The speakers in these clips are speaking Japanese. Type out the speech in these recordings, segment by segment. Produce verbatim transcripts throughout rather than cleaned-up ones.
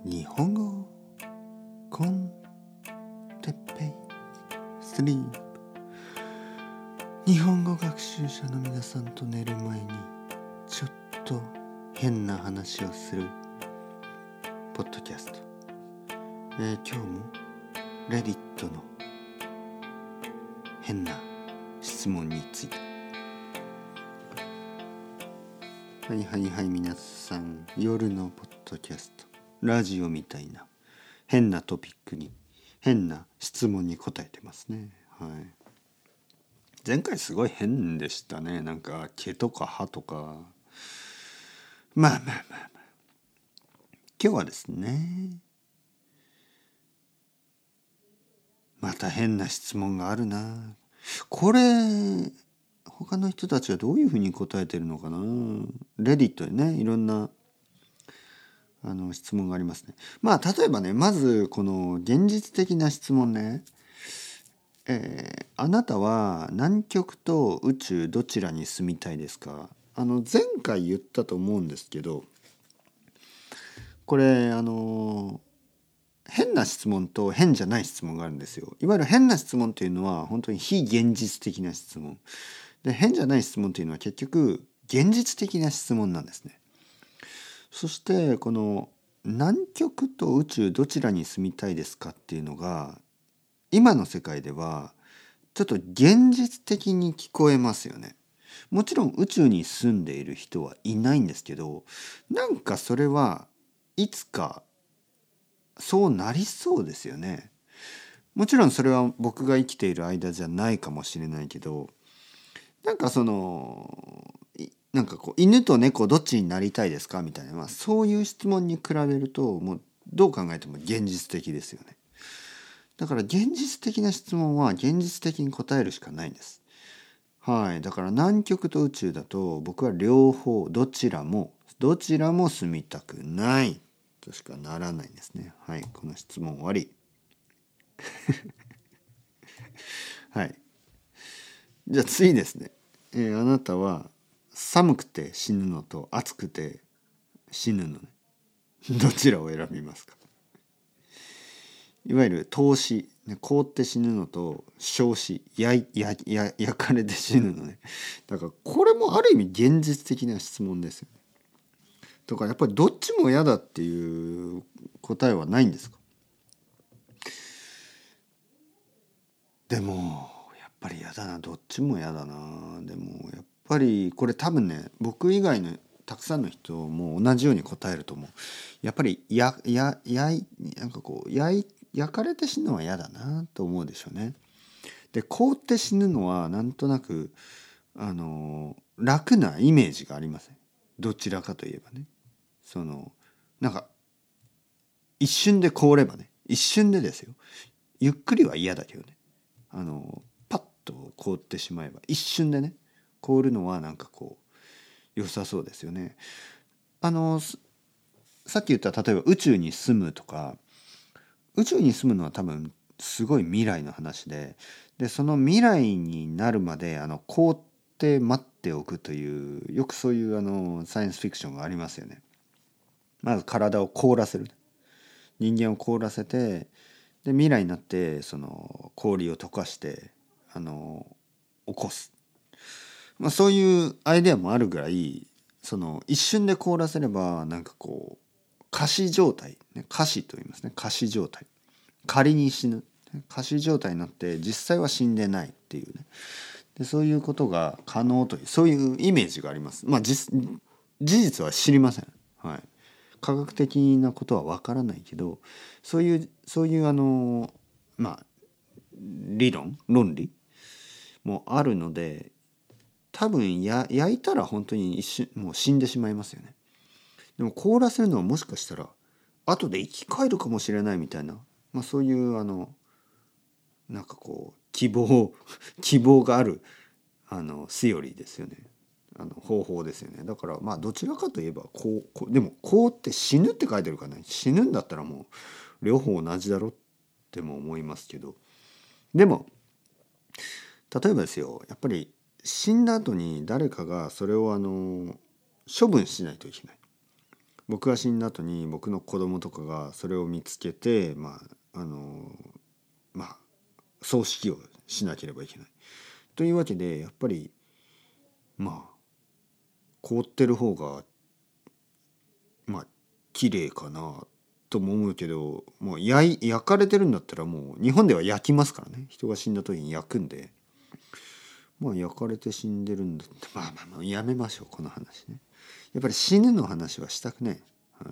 日本語コンテッペイスリープ。日本語学習者の皆さんと寝る前にちょっと変な話をするポッドキャスト、えー、今日もレディットの変な質問について。はいはいはい、皆さん、夜のポッドキャスト、ラジオみたいな変なトピックに変な質問に答えてますね。はい。前回すごい変でしたね。なんか毛とか歯とか。まあまあまあまあ。今日はですね、また変な質問があるな。これ他の人たちはどういうふうに答えてるのかな。レディットでね、いろんなあの質問がありますね。まあ例えばね、まずこの現実的な質問ね。えー、あなたは南極と宇宙どちらに住みたいですか？あの前回言ったと思うんですけど、これあの変な質問と変じゃない質問があるんですよ。いわゆる変な質問というのは本当に非現実的な質問で、変じゃない質問というのは結局現実的な質問なんですね。そしてこの南極と宇宙どちらに住みたいですかっていうのが今の世界ではちょっと現実的に聞こえますよね。もちろん宇宙に住んでいる人はいないんですけど、なんかそれはいつかそうなりそうですよね。もちろんそれは僕が生きている間じゃないかもしれないけど、なんかそのなんかこう犬と猫どっちになりたいですかみたいな、まあ、そういう質問に比べるともうどう考えても現実的ですよね。だから現実的な質問は現実的に答えるしかないんです。はい。だから南極と宇宙だと僕は両方どちらもどちらも住みたくないとしかならないんですね。はい。この質問終わり。はい。じゃあ次ですね。えー、あなたは寒くて死ぬのと暑くて死ぬのね。どちらを選びますか？いわゆる凍死、ね、凍って死ぬのと焼死、焼やや焼かれて死ぬのね。だからこれもある意味現実的な質問ですよね。だからやっぱりどっちも嫌だっていう答えはないんですか？でもやっぱり嫌だな、どっちも嫌だな。でもやっぱりこれ多分ね、僕以外のたくさんの人も同じように答えると思う。やっぱりやややいなんかこう焼い焼かれて死ぬのは嫌だなと思うでしょうね。で凍って死ぬのはなんとなくあの楽なイメージがありません？どちらかといえばね、そのなんか一瞬で凍ればね、一瞬でですよ。ゆっくりは嫌だけどね、あのパッと凍ってしまえば一瞬でね凍るのはなんかこう良さそうですよね。あのさっき言った例えば宇宙に住むとか、宇宙に住むのは多分すごい未来の話で、でその未来になるまであの凍って待っておくという、よくそういうあのサイエンスフィクションがありますよね。まず体を凍らせる、人間を凍らせて、で未来になってその氷を溶かしてあの起こす、まあ、そういうアイデアもあるぐらい、その一瞬で凍らせればなんかこう仮死状態、ね、仮死と言いますね。仮死状態、仮に死ぬ仮死状態になって実際は死んでないっていうね。でそういうことが可能という、そういうイメージがあります。まあ実事実は知りません。はい。科学的なことはわからないけど、そういうそういうあのまあ理論論理もあるので、多分や焼いたら本当に一瞬もう死んでしまいますよね。でも凍らせるのはもしかしたら後で生き返るかもしれないみたいな、まあ、そういうあのなんかこう希望希望があるあのセオリーですよね。あの方法ですよね。だからまあどちらかといえばこうこうでもこうって死ぬって書いてるからね、死ぬんだったらもう両方同じだろっても思いますけど、でも例えばですよ、やっぱり死んだ後に誰かがそれをあの処分しないといけない。 僕が死んだ後に僕の子供とかがそれを見つけて、まああのまあ葬式をしなければいけないというわけで、やっぱりまあ凍ってる方がまあ綺麗かなとも思うけど、もう焼い焼かれてるんだったらもう日本では焼きますからね。人が死んだ時に焼くんで、まあ焼かれて死んでるんだって、まあまあまあやめましょうこの話ね。やっぱり死ぬの話はしたくない。はい、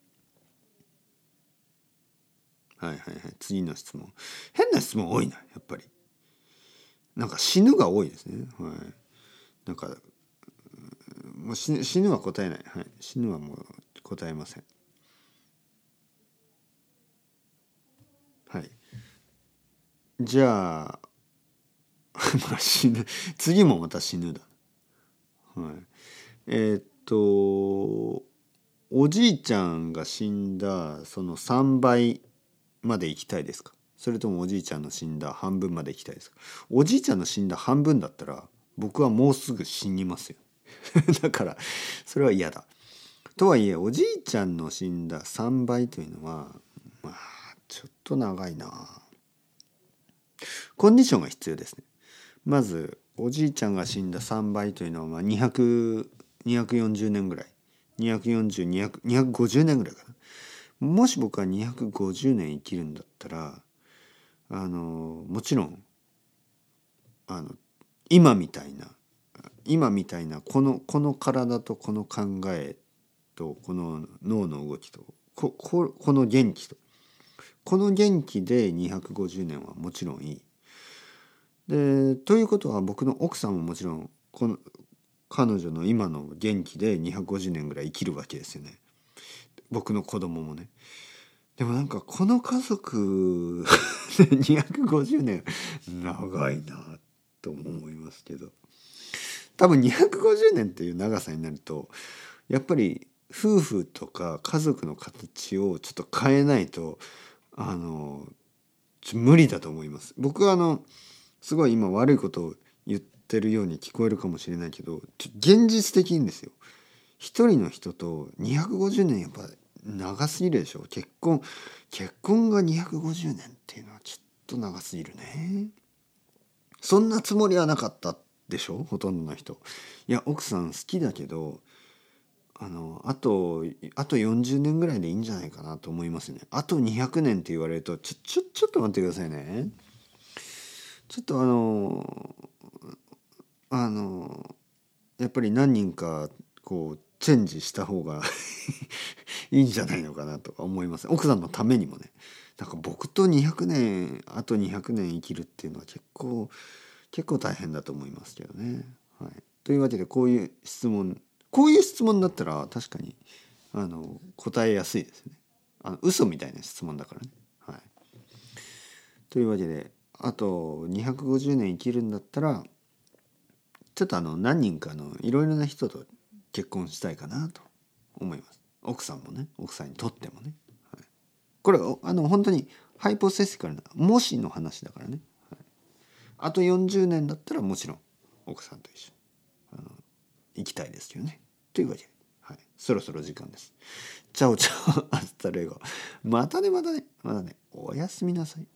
はいはいはい。次の質問。変な質問多いなやっぱり。なんか死ぬが多いですね。はい。なんかもう死ぬ、死ぬは答えない。はい。死ぬはもう答えません。はい。じゃあまあ死ぬ。次もまた死ぬだ。はい。えーっとおじいちゃんが死んだそのさんばいまで行きたいですか？それともおじいちゃんの死んだ半分まで行きたいですか？おじいちゃんの死んだ半分だったら僕はもうすぐ死にますよだからそれは嫌だ。とはいえおじいちゃんの死んださんばいというのはまあちょっと長いな。コンディションが必要ですね。まずおじいちゃんが死んださんばいというのはまあにひゃく、にひゃくよんじゅうねんぐらい、にひゃくよんじゅう、にひゃく、にひゃくごじゅうねんぐらいかな。もし僕はにひゃくごじゅうねん生きるんだったらあのもちろんあの今みたいな今みたいなこのこの体とこの考えとこの脳の動きとこここの元気とこの元気でにひゃくごじゅうねんはもちろんいい。でということは僕の奥さんももちろんこの彼女の今の元気でにひゃくごじゅうねんぐらい生きるわけですよね。僕の子供もね。でもなんかこの家族にひゃくごじゅうねん長いなと思いますけど、多分にひゃくごじゅうねんっていう長さになるとやっぱり夫婦とか家族の形をちょっと変えないとあのちょ無理だと思います。僕はあのすごい今悪いことを言ってるように聞こえるかもしれないけど、ちょ現実的にですよ。一人の人とにひゃくごじゅうねんやっぱ長すぎるでしょ。結婚結婚がにひゃくごじゅうねんっていうのはちょっと長すぎるね。そんなつもりはなかったでしょほとんどの人。いや奥さん好きだけどあのあとあとよんじゅうねんぐらいでいいんじゃないかなと思いますね。あとにひゃくねんって言われるとちょちょちょっと待ってくださいね。ちょっとあのあのやっぱり何人かこうチェンジした方がいいんじゃないのかなとか思います。奥さんのためにもね。なんか僕とにひゃくねんあとにひゃくねん生きるっていうのは結構結構大変だと思いますけどね。はい、というわけでこういう質問こういう質問だったら確かにあの答えやすいですね。あの嘘みたいな質問だからね。はい、というわけであとにひゃくごじゅうねん生きるんだったらちょっとあの何人かのいろいろな人と結婚したいかなと思います。奥さんもね奥さんにとってもね。はい、これあの本当にハイポセシカルなもしの話だからね。はい、あとよんじゅうねんだったらもちろん奥さんと一緒にあの行きたいですよね。というわけで、はい、そろそろ時間です。チャオチャオアスタレゴ。またねまたねまたね。おやすみなさい。